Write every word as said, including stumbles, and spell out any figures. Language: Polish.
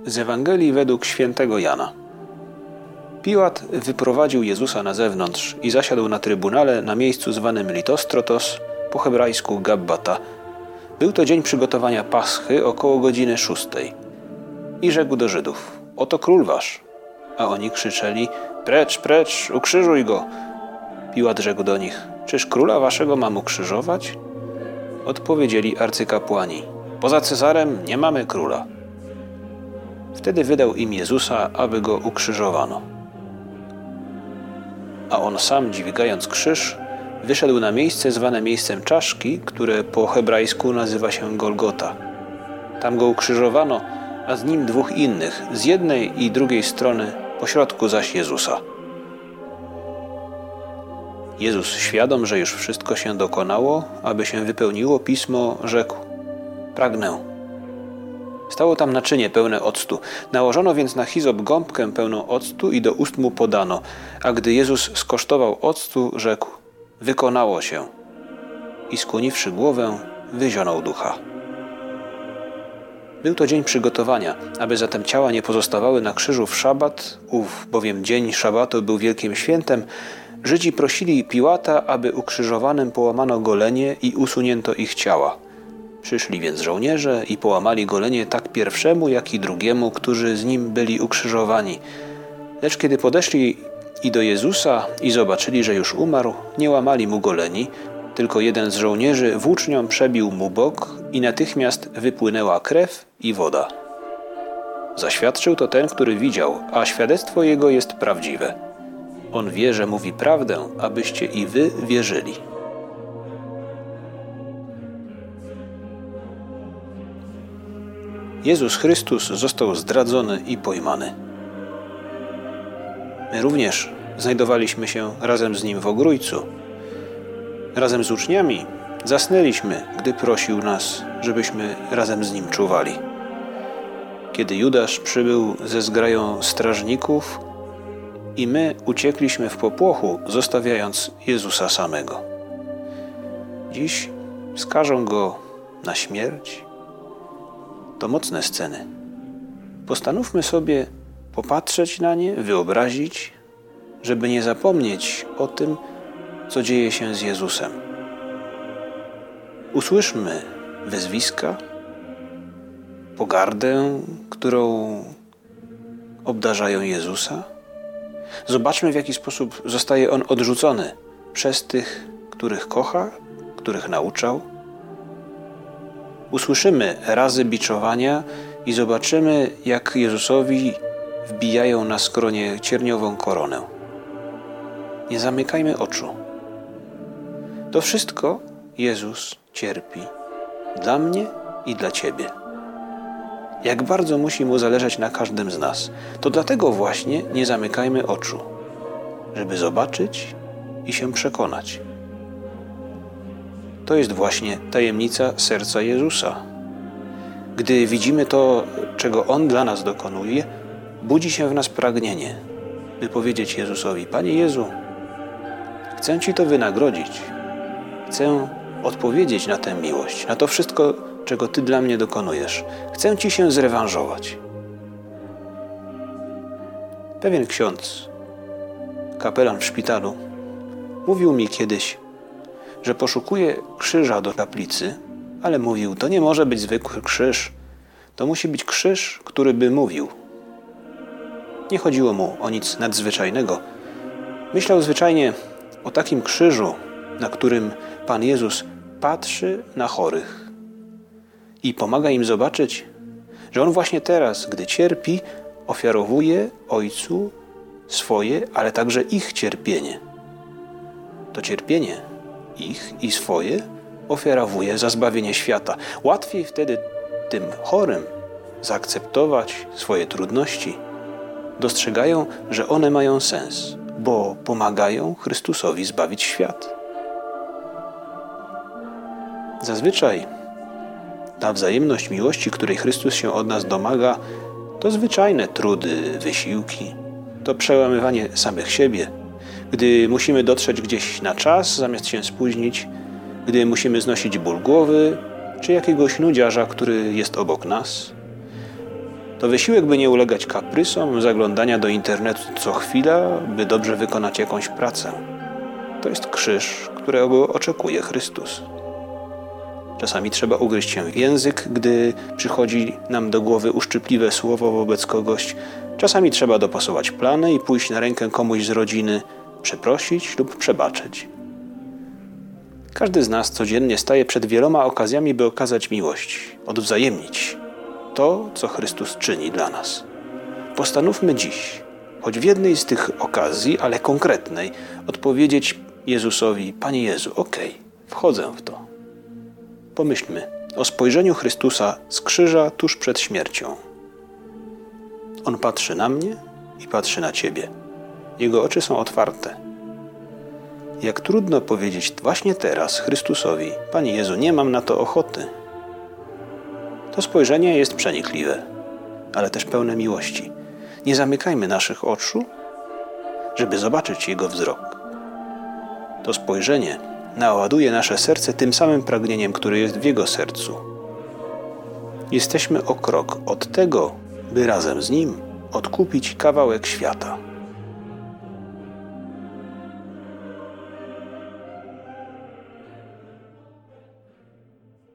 Z Ewangelii według świętego Jana. Piłat wyprowadził Jezusa na zewnątrz i zasiadł na trybunale na miejscu zwanym Litostrotos, po hebrajsku Gabbata. Był to dzień przygotowania Paschy około godziny szóstej. I rzekł do Żydów: oto król wasz. A oni krzyczeli: precz, precz, ukrzyżuj go. Piłat rzekł do nich: czyż króla waszego mam ukrzyżować? Odpowiedzieli arcykapłani: poza Cezarem nie mamy króla. Wtedy wydał im Jezusa, aby go ukrzyżowano. A on sam, dźwigając krzyż, wyszedł na miejsce zwane miejscem czaszki, które po hebrajsku nazywa się Golgota. Tam go ukrzyżowano, a z nim dwóch innych, z jednej i drugiej strony, pośrodku zaś Jezusa. Jezus, świadom, że już wszystko się dokonało, aby się wypełniło pismo, rzekł: pragnę. Stało tam naczynie pełne octu. Nałożono więc na hizop gąbkę pełną octu i do ust mu podano. A gdy Jezus skosztował octu, rzekł: wykonało się. I skłoniwszy głowę, wyzionął ducha. Był to dzień przygotowania, aby zatem ciała nie pozostawały na krzyżu w szabat, ów bowiem dzień szabatu był wielkim świętem. Żydzi prosili Piłata, aby ukrzyżowanym połamano golenie i usunięto ich ciała. Przyszli więc żołnierze i połamali golenie tak pierwszemu, jak i drugiemu, którzy z nim byli ukrzyżowani. Lecz kiedy podeszli i do Jezusa i zobaczyli, że już umarł, nie łamali mu goleni, tylko jeden z żołnierzy włócznią przebił mu bok i natychmiast wypłynęła krew i woda. Zaświadczył to ten, który widział, a świadectwo jego jest prawdziwe. On wie, że mówi prawdę, abyście i wy wierzyli. Jezus Chrystus został zdradzony i pojmany. My również znajdowaliśmy się razem z Nim w Ogrójcu. Razem z uczniami zasnęliśmy, gdy prosił nas, żebyśmy razem z Nim czuwali. Kiedy Judasz przybył ze zgrają strażników i my uciekliśmy w popłochu, zostawiając Jezusa samego. Dziś skażą Go na śmierć. To mocne sceny. Postanówmy sobie popatrzeć na nie, wyobrazić, żeby nie zapomnieć o tym, co dzieje się z Jezusem. Usłyszmy wyzwiska, pogardę, którą obdarzają Jezusa. Zobaczmy, w jaki sposób zostaje On odrzucony przez tych, których kocha, których nauczał. Usłyszymy razy biczowania i zobaczymy, jak Jezusowi wbijają na skronie cierniową koronę. Nie zamykajmy oczu. To wszystko Jezus cierpi dla mnie i dla Ciebie. Jak bardzo musi Mu zależeć na każdym z nas. To dlatego właśnie nie zamykajmy oczu, żeby zobaczyć i się przekonać. To jest właśnie tajemnica serca Jezusa. Gdy widzimy to, czego On dla nas dokonuje, budzi się w nas pragnienie, by powiedzieć Jezusowi: Panie Jezu, chcę Ci to wynagrodzić. Chcę odpowiedzieć na tę miłość, na to wszystko, czego Ty dla mnie dokonujesz. Chcę Ci się zrewanżować. Pewien ksiądz, kapelan w szpitalu, mówił mi kiedyś, że poszukuje krzyża do kaplicy, ale mówił: to nie może być zwykły krzyż. To musi być krzyż, który by mówił. Nie chodziło mu o nic nadzwyczajnego. Myślał zwyczajnie o takim krzyżu, na którym Pan Jezus patrzy na chorych i pomaga im zobaczyć, że On właśnie teraz, gdy cierpi, ofiarowuje Ojcu swoje, ale także ich cierpienie. To cierpienie ich i swoje ofiarowuje za zbawienie świata. Łatwiej wtedy tym chorym zaakceptować swoje trudności. Dostrzegają, że one mają sens, bo pomagają Chrystusowi zbawić świat. Zazwyczaj ta wzajemność miłości, której Chrystus się od nas domaga, to zwyczajne trudy, wysiłki, to przełamywanie samych siebie. Gdy musimy dotrzeć gdzieś na czas, zamiast się spóźnić, gdy musimy znosić ból głowy, czy jakiegoś nudziarza, który jest obok nas. To wysiłek, by nie ulegać kaprysom, zaglądania do internetu co chwila, by dobrze wykonać jakąś pracę. To jest krzyż, którego oczekuje Chrystus. Czasami trzeba ugryźć się w język, gdy przychodzi nam do głowy uszczypliwe słowo wobec kogoś. Czasami trzeba dopasować plany i pójść na rękę komuś z rodziny, przeprosić lub przebaczyć. Każdy z nas codziennie staje przed wieloma okazjami, by okazać miłość, odwzajemnić to, co Chrystus czyni dla nas. Postanówmy dziś, choć w jednej z tych okazji, ale konkretnej, odpowiedzieć Jezusowi: Panie Jezu, okej, wchodzę w to. Pomyślmy o spojrzeniu Chrystusa z krzyża tuż przed śmiercią. On patrzy na mnie i patrzy na Ciebie. Jego oczy są otwarte. Jak trudno powiedzieć właśnie teraz Chrystusowi: Panie Jezu, nie mam na to ochoty. To spojrzenie jest przenikliwe, ale też pełne miłości. Nie zamykajmy naszych oczu, żeby zobaczyć Jego wzrok. To spojrzenie naładuje nasze serce tym samym pragnieniem, które jest w Jego sercu. Jesteśmy o krok od tego, by razem z Nim odkupić kawałek świata.